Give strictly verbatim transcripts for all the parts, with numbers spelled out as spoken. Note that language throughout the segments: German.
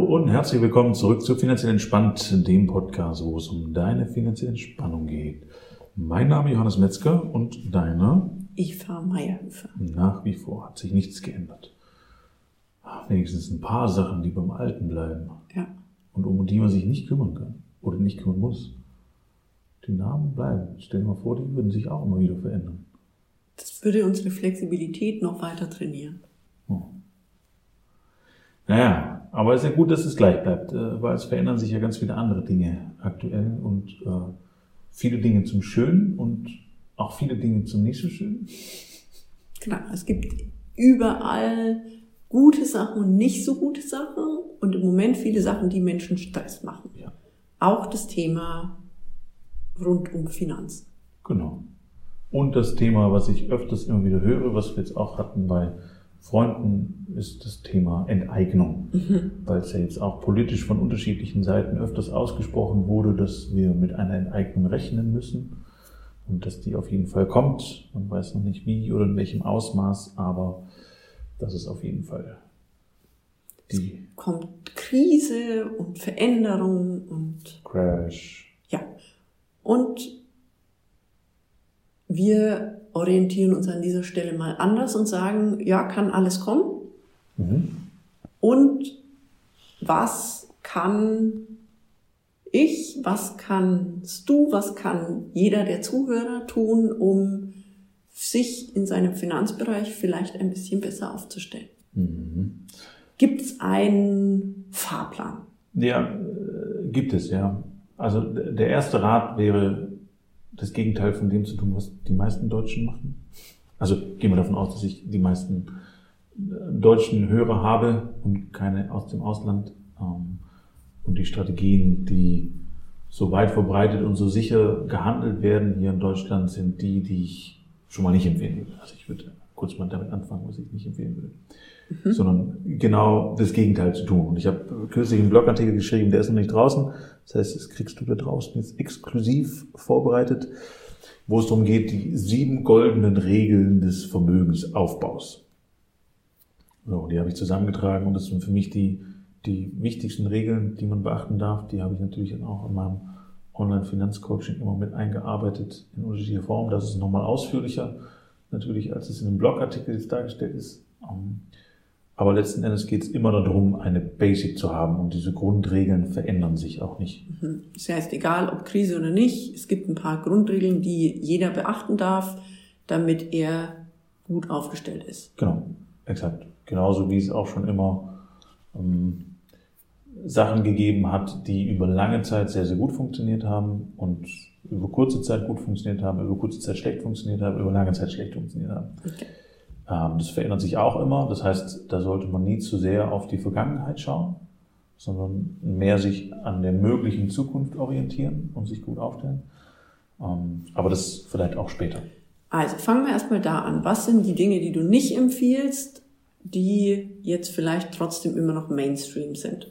und herzlich willkommen zurück zu Finanziell Entspannt, dem Podcast, wo es um deine finanzielle Entspannung geht. Mein Name ist Johannes Metzger und deiner? Eva Meyerhöfer. Nach wie vor hat sich nichts geändert. Wenigstens ein paar Sachen, die beim Alten bleiben. Ja. Und um die man sich nicht kümmern kann oder nicht kümmern muss. Die Namen bleiben. Stell dir mal vor, die würden sich auch immer wieder verändern. Das würde unsere Flexibilität noch weiter trainieren. Hm. Naja, aber es ist ja gut, dass es gleich bleibt, weil es verändern sich ja ganz viele andere Dinge aktuell und äh, viele Dinge zum Schönen und auch viele Dinge zum nicht so Schönen. Genau, es gibt überall gute Sachen und nicht so gute Sachen und im Moment viele Sachen, die Menschen Stress machen. Ja. Auch das Thema rund um Finanzen. Genau. Und das Thema, was ich öfters immer wieder höre, was wir jetzt auch hatten bei Freunden, ist das Thema Enteignung. Mhm. Weil es ja jetzt auch politisch von unterschiedlichen Seiten öfters ausgesprochen wurde, dass wir mit einer Enteignung rechnen müssen und dass die auf jeden Fall kommt. Man weiß noch nicht wie oder in welchem Ausmaß, aber das ist auf jeden Fall die... Es kommt Krise und Veränderung und... Crash. Ja. Und wir orientieren uns an dieser Stelle mal anders und sagen, ja, kann alles kommen. Mhm. Und was kann ich, was kannst du, was kann jeder der Zuhörer tun, um sich in seinem Finanzbereich vielleicht ein bisschen besser aufzustellen? Mhm. Gibt es einen Fahrplan? Ja, äh, gibt es, ja. Also der erste Rat wäre, das Gegenteil von dem zu tun, was die meisten Deutschen machen. Also gehen wir davon aus, dass ich die meisten deutschen Hörer habe und keine aus dem Ausland. Und die Strategien, die so weit verbreitet und so sicher gehandelt werden hier in Deutschland, sind die, die ich schon mal nicht empfehlen würde. Also ich würde kurz mal damit anfangen, was ich nicht empfehlen würde. Mhm. Sondern genau das Gegenteil zu tun. Und ich habe kürzlich einen Blogartikel geschrieben, der ist noch nicht draußen. Das heißt, das kriegst du da draußen jetzt exklusiv vorbereitet, wo es darum geht, die sieben goldenen Regeln des Vermögensaufbaus. So, die habe ich zusammengetragen und das sind für mich die, die wichtigsten Regeln, die man beachten darf. Die habe ich natürlich dann auch in meinem Online-Finanzcoaching immer mit eingearbeitet in unterschiedlicher Form. Das ist nochmal ausführlicher, natürlich, als es in einem Blogartikel jetzt dargestellt ist. Aber letzten Endes geht es immer darum, eine Basic zu haben und diese Grundregeln verändern sich auch nicht. Das heißt, egal ob Krise oder nicht, es gibt ein paar Grundregeln, die jeder beachten darf, damit er gut aufgestellt ist. Genau, exakt. Genauso wie es auch schon immer ähm, Sachen gegeben hat, die über lange Zeit sehr, sehr gut funktioniert haben und über kurze Zeit gut funktioniert haben, über kurze Zeit schlecht funktioniert haben, über lange Zeit schlecht funktioniert haben. Okay. Das verändert sich auch immer. Das heißt, da sollte man nie zu sehr auf die Vergangenheit schauen, sondern mehr sich an der möglichen Zukunft orientieren und sich gut aufstellen. Aber das vielleicht auch später. Also fangen wir erstmal da an. Was sind die Dinge, die du nicht empfiehlst, die jetzt vielleicht trotzdem immer noch Mainstream sind?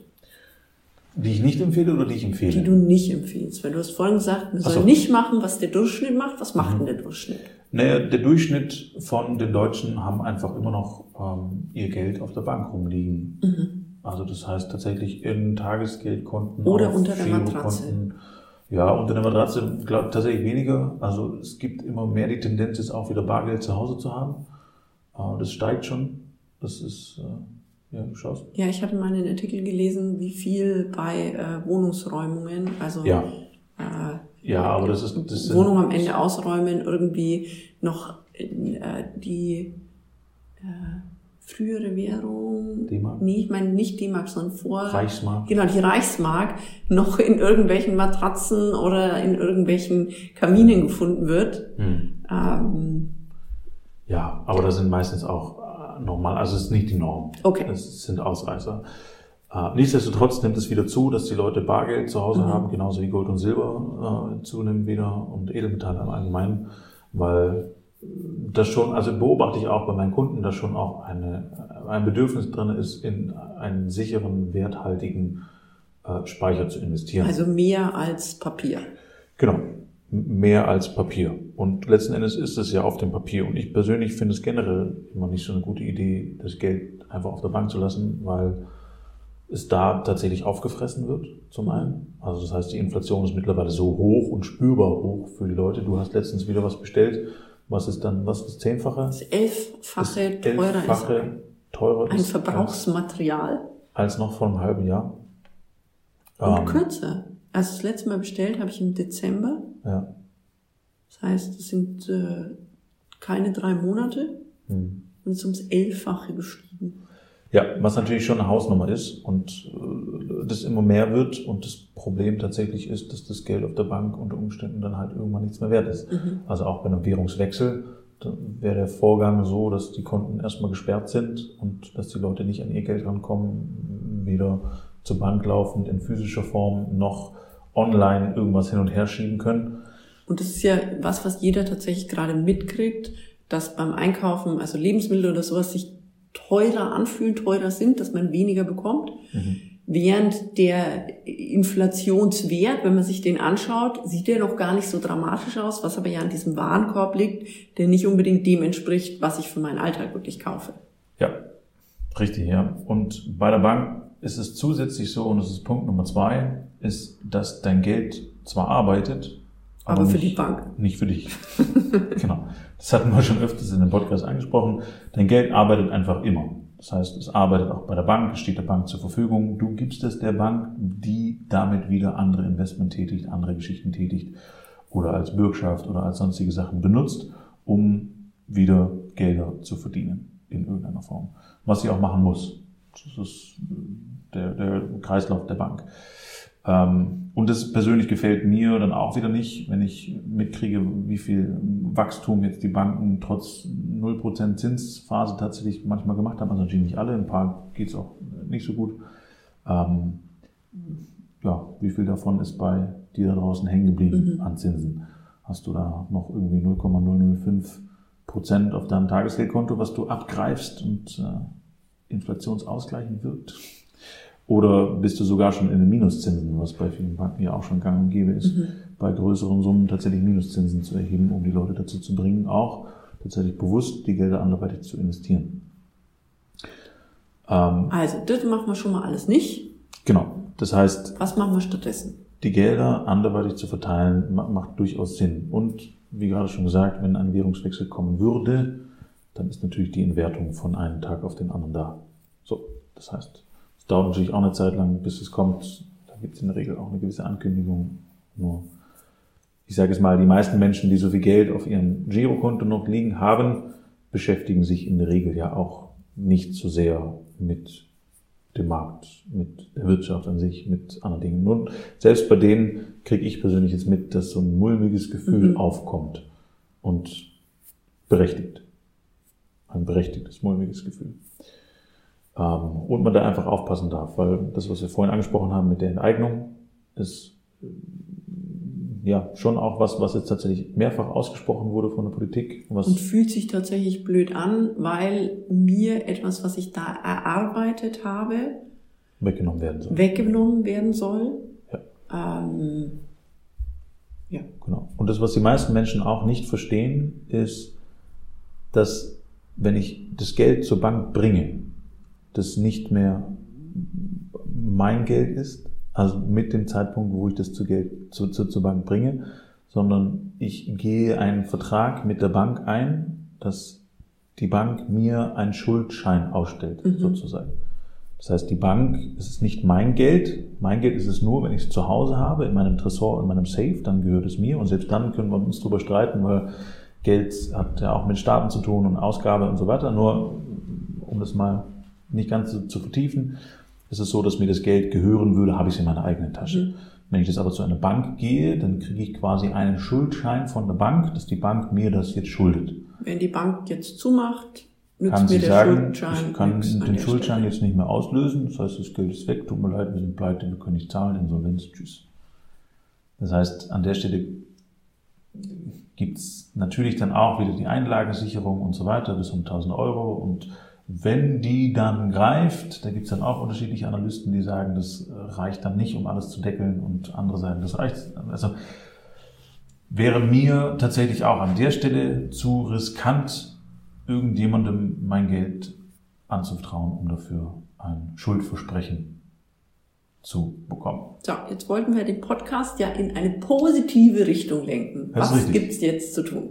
Die ich nicht empfehle oder die ich empfehle? Die du nicht empfiehlst. Weil du hast vorhin gesagt, man soll so. nicht machen, was der Durchschnitt macht. Was macht mhm. denn der Durchschnitt? Naja, der Durchschnitt von den Deutschen haben einfach immer noch ähm, ihr Geld auf der Bank rumliegen. Mhm. Also das heißt tatsächlich in Tagesgeldkonten. Oder unter der Matratze. Ja, unter der Matratze glaub, tatsächlich weniger. Also es gibt immer mehr die Tendenz, jetzt auch wieder Bargeld zu Hause zu haben. Äh, das steigt schon. Das ist, äh, ja, du schaust. Ja, ich hatte mal einen Artikel gelesen, wie viel bei äh, Wohnungsräumungen, also ja. äh, Ja, aber das ist... Das Wohnung am Ende ausräumen, irgendwie noch äh, die äh, frühere Währung... D-Mark? Nee, ich meine nicht D-Mark, sondern vor... Reichsmark? Genau, die Reichsmark noch in irgendwelchen Matratzen oder in irgendwelchen Kaminen gefunden wird. Hm. Ähm, ja, aber das sind meistens auch äh, normal, also es ist nicht die Norm. Okay. Das sind Ausreißer. Nichtsdestotrotz nimmt es wieder zu, dass die Leute Bargeld zu Hause mhm. haben, genauso wie Gold und Silber äh, zunimmt wieder und Edelmetalle im Allgemeinen, weil das schon, also beobachte ich auch bei meinen Kunden, dass schon auch eine, ein Bedürfnis drin ist, in einen sicheren, werthaltigen äh, Speicher zu investieren. Also mehr als Papier. Genau, mehr als Papier. Und letzten Endes ist es ja auf dem Papier. Und ich persönlich finde es generell immer nicht so eine gute Idee, das Geld einfach auf der Bank zu lassen, weil es da tatsächlich aufgefressen wird, zum einen. Also das heißt, die Inflation ist mittlerweile so hoch und spürbar hoch für die Leute. Du hast letztens wieder was bestellt. Was ist dann, was ist das Zehnfache? Das Elffache das teurer Elffache ist. Teurer Ein ist Verbrauchsmaterial. Als, als noch vor einem halben Jahr. Und ähm, kürzer. Also das letzte Mal bestellt habe ich im Dezember. Ja. Das heißt, es sind äh, keine drei Monate Hm. und es ist ums Elffache gestiegen. Ja, was natürlich schon eine Hausnummer ist und äh, das immer mehr wird und das Problem tatsächlich ist, dass das Geld auf der Bank unter Umständen dann halt irgendwann nichts mehr wert ist. Mhm. Also auch bei einem Währungswechsel wäre der Vorgang so, dass die Konten erstmal gesperrt sind und dass die Leute nicht an ihr Geld rankommen, weder zur Bank laufend in physischer Form noch online irgendwas hin und her schieben können. Und das ist ja was, was jeder tatsächlich gerade mitkriegt, dass beim Einkaufen, also Lebensmittel oder sowas, sich teurer anfühlen, teurer sind, dass man weniger bekommt. Mhm. Während der Inflationswert, wenn man sich den anschaut, sieht der noch gar nicht so dramatisch aus, was aber ja an diesem Warenkorb liegt, der nicht unbedingt dem entspricht, was ich für meinen Alltag wirklich kaufe. Ja, richtig, ja. Und bei der Bank ist es zusätzlich so, und das ist Punkt Nummer zwei, ist, dass dein Geld zwar arbeitet, aber, aber für nicht, die Bank. Nicht für dich. Genau. Das hatten wir schon öfters in dem Podcast angesprochen. Dein Geld arbeitet einfach immer. Das heißt, es arbeitet auch bei der Bank, es steht der Bank zur Verfügung. Du gibst es der Bank, die damit wieder andere Investment tätigt, andere Geschichten tätigt oder als Bürgschaft oder als sonstige Sachen benutzt, um wieder Gelder zu verdienen in irgendeiner Form. Was sie auch machen muss. Das ist der, der Kreislauf der Bank. Und das persönlich gefällt mir dann auch wieder nicht, wenn ich mitkriege, wie viel Wachstum jetzt die Banken trotz null Prozent Zinsphase tatsächlich manchmal gemacht haben. Also natürlich nicht alle, ein paar geht es auch nicht so gut. Ähm, ja, wie viel davon ist bei dir da draußen hängen geblieben mhm. an Zinsen? Hast du da noch irgendwie null Komma null null fünf Prozent auf deinem Tagesgeldkonto, was du abgreifst und äh, inflationsausgleichend wirkt? Oder bist du sogar schon in den Minuszinsen, was bei vielen Banken ja auch schon gang und gäbe ist, mhm. bei größeren Summen tatsächlich Minuszinsen zu erheben, um die Leute dazu zu bringen, auch tatsächlich bewusst die Gelder anderweitig zu investieren. Ähm, also, das machen wir schon mal alles nicht. Genau. Das heißt, was machen wir stattdessen? Die Gelder anderweitig zu verteilen, macht durchaus Sinn. Und wie gerade schon gesagt, wenn ein Währungswechsel kommen würde, dann ist natürlich die Entwertung von einem Tag auf den anderen da. So, das heißt, es dauert natürlich auch eine Zeit lang, bis es kommt. Da gibt es in der Regel auch eine gewisse Ankündigung. Nur, ich sage es mal, die meisten Menschen, die so viel Geld auf ihrem Girokonto noch liegen haben, beschäftigen sich in der Regel ja auch nicht so sehr mit dem Markt, mit der Wirtschaft an sich, mit anderen Dingen. Nun, selbst bei denen kriege ich persönlich jetzt mit, dass so ein mulmiges Gefühl mhm. aufkommt und berechtigt. Ein berechtigtes, mulmiges Gefühl. Und man da einfach aufpassen darf, weil das, was wir vorhin angesprochen haben mit der Enteignung, ist ja schon auch was, was jetzt tatsächlich mehrfach ausgesprochen wurde von der Politik. Was und fühlt sich tatsächlich blöd an, weil mir etwas, was ich da erarbeitet habe, weggenommen werden soll. Weggenommen werden soll. Ja. Ähm, ja. Genau. Und das, was die meisten Menschen auch nicht verstehen, ist, dass wenn ich das Geld zur Bank bringe, das nicht mehr mein Geld ist, also mit dem Zeitpunkt, wo ich das zu Geld zu, zu, zur Bank bringe, sondern ich gehe einen Vertrag mit der Bank ein, dass die Bank mir einen Schuldschein ausstellt, mhm. sozusagen. Das heißt, die Bank, es ist nicht mein Geld, mein Geld ist es nur, wenn ich es zu Hause habe, in meinem Tresor, in meinem Safe, dann gehört es mir und selbst dann können wir uns drüber streiten, weil Geld hat ja auch mit Staaten zu tun und Ausgabe und so weiter, nur um das mal nicht ganz so zu vertiefen, ist es so, dass mir das Geld gehören würde, habe ich es in meiner eigenen Tasche. Mhm. Wenn ich jetzt aber zu einer Bank gehe, dann kriege ich quasi einen Schuldschein von der Bank, dass die Bank mir das jetzt schuldet. Wenn die Bank jetzt zumacht, nützt kann mir sie der sagen, Schuldschein ich kann den Schuldschein Stelle. jetzt nicht mehr auslösen, das heißt, das Geld ist weg, tut mir leid, wir sind pleite, wir können nicht zahlen, Insolvenz, tschüss. Das heißt, an der Stelle gibt es natürlich dann auch wieder die Einlagensicherung und so weiter bis um tausend Euro und wenn die dann greift, da gibt es dann auch unterschiedliche Analysten, die sagen, das reicht dann nicht, um alles zu deckeln und andere sagen, das reicht. Also wäre mir tatsächlich auch an der Stelle zu riskant, irgendjemandem mein Geld anzuvertrauen, um dafür ein Schuldversprechen zu bekommen. So, jetzt wollten wir den Podcast ja in eine positive Richtung lenken. Das Was gibt's jetzt zu tun?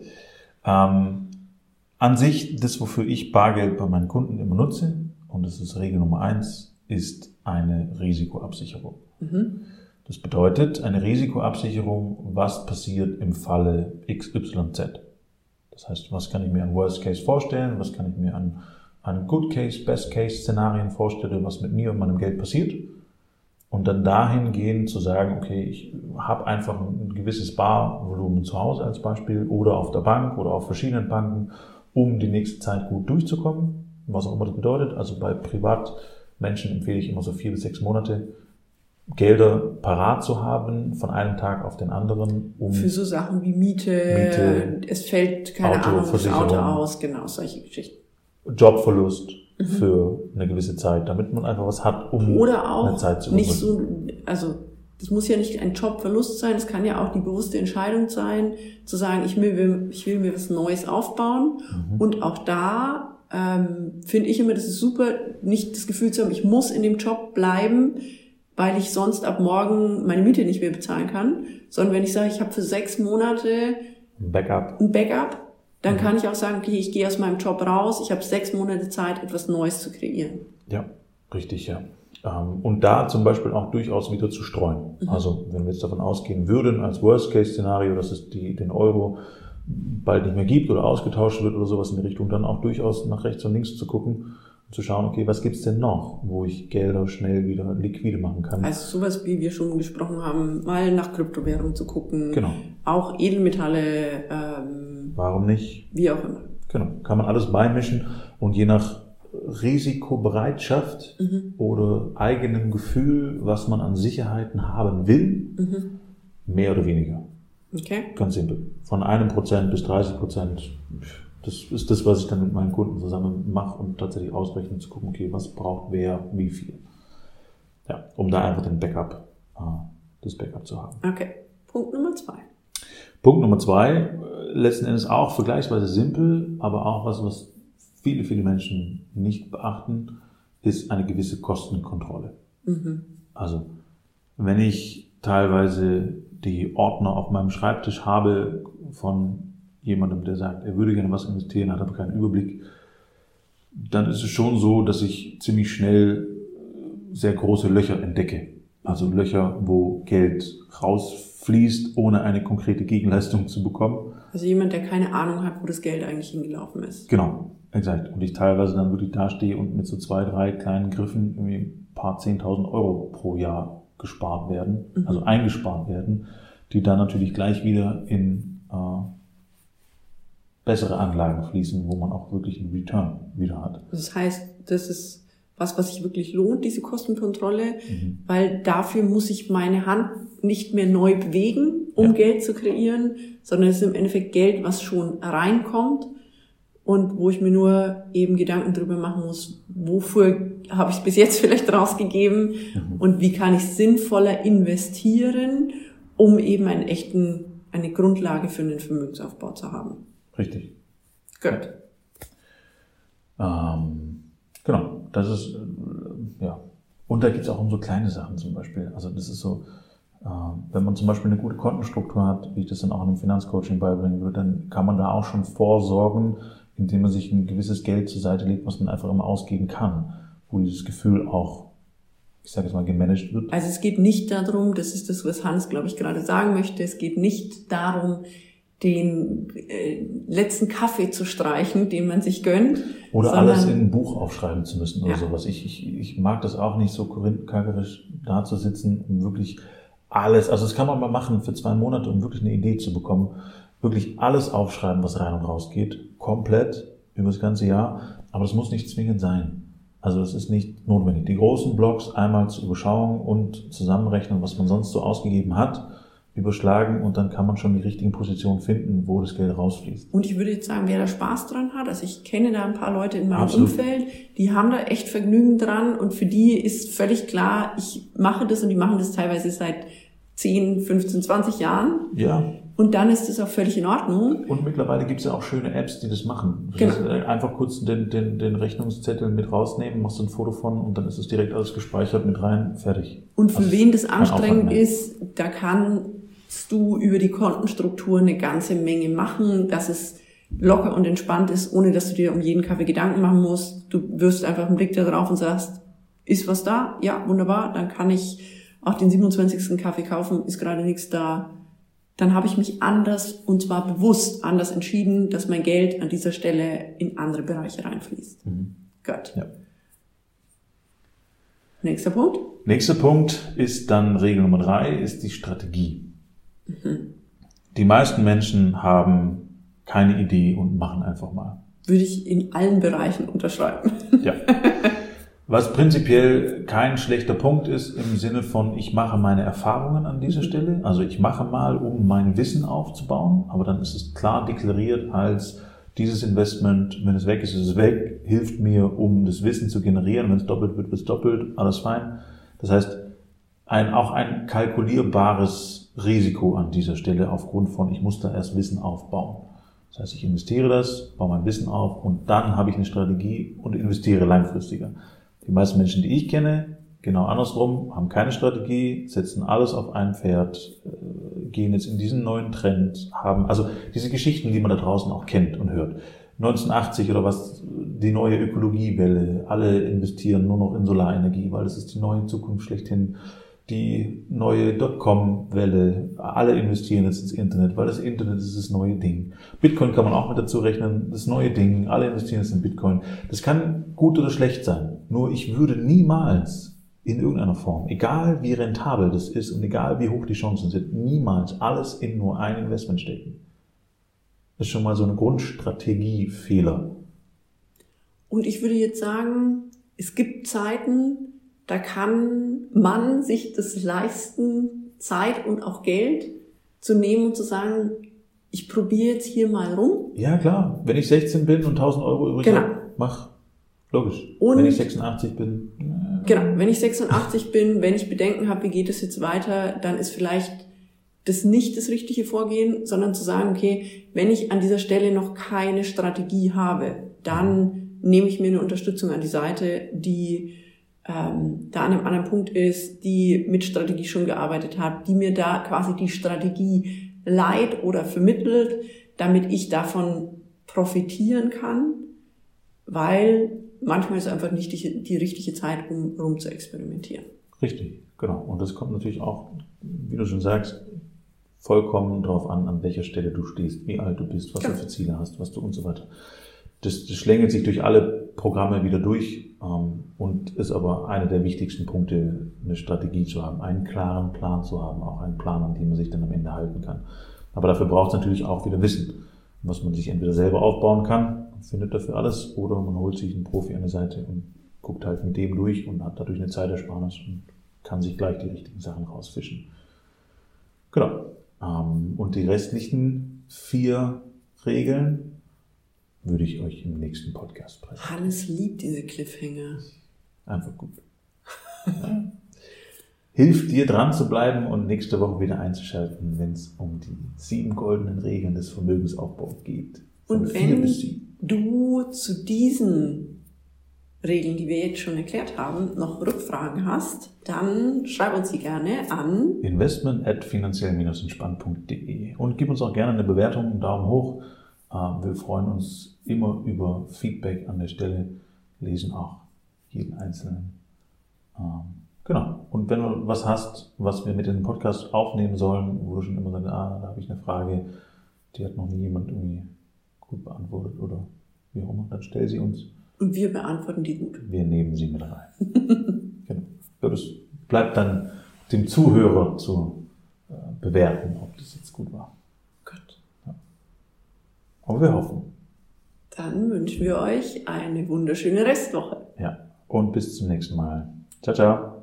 Ähm, an sich, das, wofür ich Bargeld bei meinen Kunden immer nutze, und das ist Regel Nummer eins, ist eine Risikoabsicherung. Mhm. Das bedeutet, eine Risikoabsicherung, was passiert im Falle X Y Z. Das heißt, was kann ich mir an Worst Case vorstellen, was kann ich mir an, an Good Case, Best Case Szenarien vorstellen, was mit mir und meinem Geld passiert. Und dann dahingehend zu sagen, okay, ich habe einfach ein gewisses Barvolumen zu Hause als Beispiel oder auf der Bank oder auf verschiedenen Banken, um die nächste Zeit gut durchzukommen, was auch immer das bedeutet. Also bei Privatmenschen empfehle ich immer so vier bis sechs Monate Gelder parat zu haben von einem Tag auf den anderen. Um für so Sachen wie Miete, Miete es fällt keine Auto, Ahnung, das Auto aus, genau, solche Geschichten. Jobverlust. Mhm. Für eine gewisse Zeit, damit man einfach was hat, um Oder auch eine Zeit zu nicht so, also das muss ja nicht ein Jobverlust sein, das kann ja auch die bewusste Entscheidung sein, zu sagen, ich will, ich will mir was Neues aufbauen. Mhm. Und auch da ähm, finde ich immer, das ist super, nicht das Gefühl zu haben, ich muss in dem Job bleiben, weil ich sonst ab morgen meine Miete nicht mehr bezahlen kann, sondern wenn ich sage, ich habe für sechs Monate ein Backup, ein Backup dann kann ich auch sagen, okay, ich gehe aus meinem Job raus, ich habe sechs Monate Zeit, etwas Neues zu kreieren. Ja, richtig, ja. Und da zum Beispiel auch durchaus wieder zu streuen. Mhm. Also wenn wir jetzt davon ausgehen würden, als Worst-Case-Szenario, dass es die, den Euro bald nicht mehr gibt oder ausgetauscht wird oder sowas in die Richtung, dann auch durchaus nach rechts und links zu gucken und zu schauen, okay, was gibt's denn noch, wo ich Gelder schnell wieder liquide machen kann. Also sowas, wie wir schon besprochen haben, mal nach Kryptowährung zu gucken. Genau. Auch Edelmetalle, ähm, warum nicht? Wie auch immer. Genau, kann man alles beimischen und je nach Risikobereitschaft mhm. oder eigenem Gefühl, was man an Sicherheiten haben will, mhm. mehr oder weniger. Okay. Ganz simpel. Von einem Prozent bis dreißig Prozent, das ist das, was ich dann mit meinen Kunden zusammen mache und tatsächlich ausrechne, zu gucken, okay, was braucht wer, wie viel. Ja, um da einfach den Backup, das Backup zu haben. Okay, Punkt Nummer zwei. Punkt Nummer zwei, letzten Endes auch vergleichsweise simpel, aber auch was, was viele, viele Menschen nicht beachten, ist eine gewisse Kostenkontrolle. Mhm. Also, wenn ich teilweise die Ordner auf meinem Schreibtisch habe von jemandem, der sagt, er würde gerne was investieren, hat aber keinen Überblick, dann ist es schon so, dass ich ziemlich schnell sehr große Löcher entdecke. Also Löcher, wo Geld rausfließt, ohne eine konkrete Gegenleistung zu bekommen. Also jemand, der keine Ahnung hat, wo das Geld eigentlich hingelaufen ist. Genau, exakt. Und ich teilweise dann wirklich dastehe und mit so zwei, drei kleinen Griffen irgendwie ein paar zehntausend Euro pro Jahr gespart werden, mhm. also eingespart werden, die dann natürlich gleich wieder in äh, bessere Anlagen fließen, wo man auch wirklich einen Return wieder hat. Das heißt, das ist was, was sich wirklich lohnt, diese Kostenkontrolle, mhm. weil dafür muss ich meine Hand nicht mehr neu bewegen, um ja. Geld zu kreieren, sondern es ist im Endeffekt Geld, was schon reinkommt und wo ich mir nur eben Gedanken drüber machen muss, wofür habe ich es bis jetzt vielleicht rausgegeben mhm. und wie kann ich sinnvoller investieren, um eben einen echten, eine Grundlage für einen Vermögensaufbau zu haben. Richtig. Gut. Ähm, genau, das ist, äh, ja. Und da geht es auch um so kleine Sachen zum Beispiel. Also das ist so, äh, wenn man zum Beispiel eine gute Kontenstruktur hat, wie ich das dann auch in dem Finanzcoaching beibringen würde, dann kann man da auch schon vorsorgen, indem man sich ein gewisses Geld zur Seite legt, was man einfach immer ausgeben kann, wo dieses Gefühl auch, ich sage jetzt mal, gemanagt wird. Also es geht nicht darum, das ist das, was Hans, glaube ich, gerade sagen möchte, es geht nicht darum, den äh, letzten Kaffee zu streichen, den man sich gönnt. Oder alles in ein Buch aufschreiben zu müssen oder ja. sowas. Ich, ich, ich mag das auch nicht, so kackerisch da zu sitzen, um wirklich alles, also das kann man mal machen für zwei Monate, um wirklich eine Idee zu bekommen. Wirklich alles aufschreiben, was rein und raus geht. Komplett, über das ganze Jahr. Aber das muss nicht zwingend sein. Also das ist nicht notwendig. Die großen Blocks einmal zur Überschauung und zusammenrechnen, was man sonst so ausgegeben hat, überschlagen und dann kann man schon die richtigen Positionen finden, wo das Geld rausfließt. Und ich würde jetzt sagen, wer da Spaß dran hat, also ich kenne da ein paar Leute in meinem Absolut. Umfeld, die haben da echt Vergnügen dran und für die ist völlig klar, ich mache das und die machen das teilweise seit zehn, fünfzehn, zwanzig Jahren. Ja. Und dann ist es auch völlig in Ordnung. Und mittlerweile gibt es ja auch schöne Apps, die das machen. Das Genau. ist, äh, einfach kurz den, den, den Rechnungszettel mit rausnehmen, machst ein Foto von und dann ist es direkt alles gespeichert mit rein, fertig. Und für also wen das anstrengend ist, da kannst du über die Kontenstruktur eine ganze Menge machen, dass es locker und entspannt ist, ohne dass du dir um jeden Kaffee Gedanken machen musst. Du wirfst einfach einen Blick da drauf und sagst, ist was da? Ja, wunderbar, dann kann ich auch den siebenundzwanzigsten Kaffee kaufen, ist gerade nichts da. Dann habe ich mich anders, und zwar bewusst anders entschieden, dass mein Geld an dieser Stelle in andere Bereiche reinfließt. Mhm. Gut. Ja. Nächster Punkt. Nächster Punkt ist dann Regel Nummer drei, ist die Strategie. Mhm. Die meisten Menschen haben keine Idee und machen einfach mal. Würde ich in allen Bereichen unterschreiben. Ja. Was prinzipiell kein schlechter Punkt ist im Sinne von, ich mache meine Erfahrungen an dieser Stelle. Also ich mache mal, um mein Wissen aufzubauen. Aber dann ist es klar deklariert als dieses Investment, wenn es weg ist, ist es weg, hilft mir, um das Wissen zu generieren. Wenn es doppelt wird, wird es doppelt, alles fein. Das heißt, ein, auch ein kalkulierbares Risiko an dieser Stelle aufgrund von, ich muss da erst Wissen aufbauen. Das heißt, ich investiere das, baue mein Wissen auf und dann habe ich eine Strategie und investiere langfristiger. Die meisten Menschen, die ich kenne, genau andersrum, haben keine Strategie, setzen alles auf ein Pferd, gehen jetzt in diesen neuen Trend, haben, also diese Geschichten, die man da draußen auch kennt und hört. neunzehnhundertachtzig oder was, die neue Ökologiewelle, alle investieren nur noch in Solarenergie, weil das ist die neue Zukunft schlechthin. Die neue Dotcom-Welle, alle investieren jetzt ins Internet, weil das Internet ist das neue Ding. Bitcoin kann man auch mit dazu rechnen, das neue Ding, alle investieren jetzt in Bitcoin. Das kann gut oder schlecht sein, nur ich würde niemals in irgendeiner Form, egal wie rentabel das ist und egal wie hoch die Chancen sind, niemals alles in nur ein Investment stecken. Das ist schon mal so ein Grundstrategiefehler. Und ich würde jetzt sagen, es gibt Zeiten, da kann man sich das leisten, Zeit und auch Geld zu nehmen und zu sagen, ich probiere jetzt hier mal rum. Ja, klar. Wenn ich sechzehn bin und tausend Euro übrig genau. habe, mach. Logisch. Und wenn ich sechsundachtzig bin. Äh, genau. Wenn ich sechsundachtzig bin, wenn ich Bedenken habe, wie geht es jetzt weiter, dann ist vielleicht das nicht das richtige Vorgehen, sondern zu sagen, okay, wenn ich an dieser Stelle noch keine Strategie habe, dann nehme ich mir eine Unterstützung an die Seite, die ähm, da an einem anderen Punkt ist, die mit Strategie schon gearbeitet hat, die mir da quasi die Strategie leiht oder vermittelt, damit ich davon profitieren kann, weil manchmal ist einfach nicht die, die richtige Zeit, um rum zu experimentieren. Richtig, genau. Und das kommt natürlich auch, wie du schon sagst, vollkommen darauf an, an welcher Stelle du stehst, wie alt du bist, was ja. du für Ziele hast, was du und so weiter. Das, das schlängelt sich durch alle Programme wieder durch ähm, und ist aber einer der wichtigsten Punkte, eine Strategie zu haben, einen klaren Plan zu haben, auch einen Plan, an dem man sich dann am Ende halten kann. Aber dafür braucht es natürlich auch wieder Wissen, was man sich entweder selber aufbauen kann, findet dafür alles, oder man holt sich einen Profi an der Seite und guckt halt mit dem durch und hat dadurch eine Zeitersparnis und kann sich gleich die richtigen Sachen rausfischen. Genau. Ähm, und die restlichen vier Regeln würde ich euch im nächsten Podcast präsentieren. Hannes liebt diese Cliffhanger. Einfach gut. Ja. Hilft dir dran zu bleiben und nächste Woche wieder einzuschalten, wenn es um die sieben goldenen Regeln des Vermögensaufbaus geht. Von und wenn du zu diesen Regeln, die wir jetzt schon erklärt haben, noch Rückfragen hast, dann schreib uns sie gerne an investment at finanziell entspannt punkt de und gib uns auch gerne eine Bewertung, einen Daumen hoch. Wir freuen uns immer über Feedback an der Stelle, lesen auch jeden einzelnen. Genau. Und wenn du was hast, was wir mit in den Podcast aufnehmen sollen, wo du schon immer sagst, ah, da habe ich eine Frage, die hat noch nie jemand irgendwie gut beantwortet oder wie auch immer, dann stell sie uns. Und wir beantworten die gut. Wir nehmen sie mit rein. Genau. Das bleibt dann dem Zuhörer zu äh, bewerten, ob das jetzt gut war. Gut. Ja. Aber wir hoffen. Dann wünschen wir euch eine wunderschöne Restwoche. Ja. Und bis zum nächsten Mal. Ciao, ciao.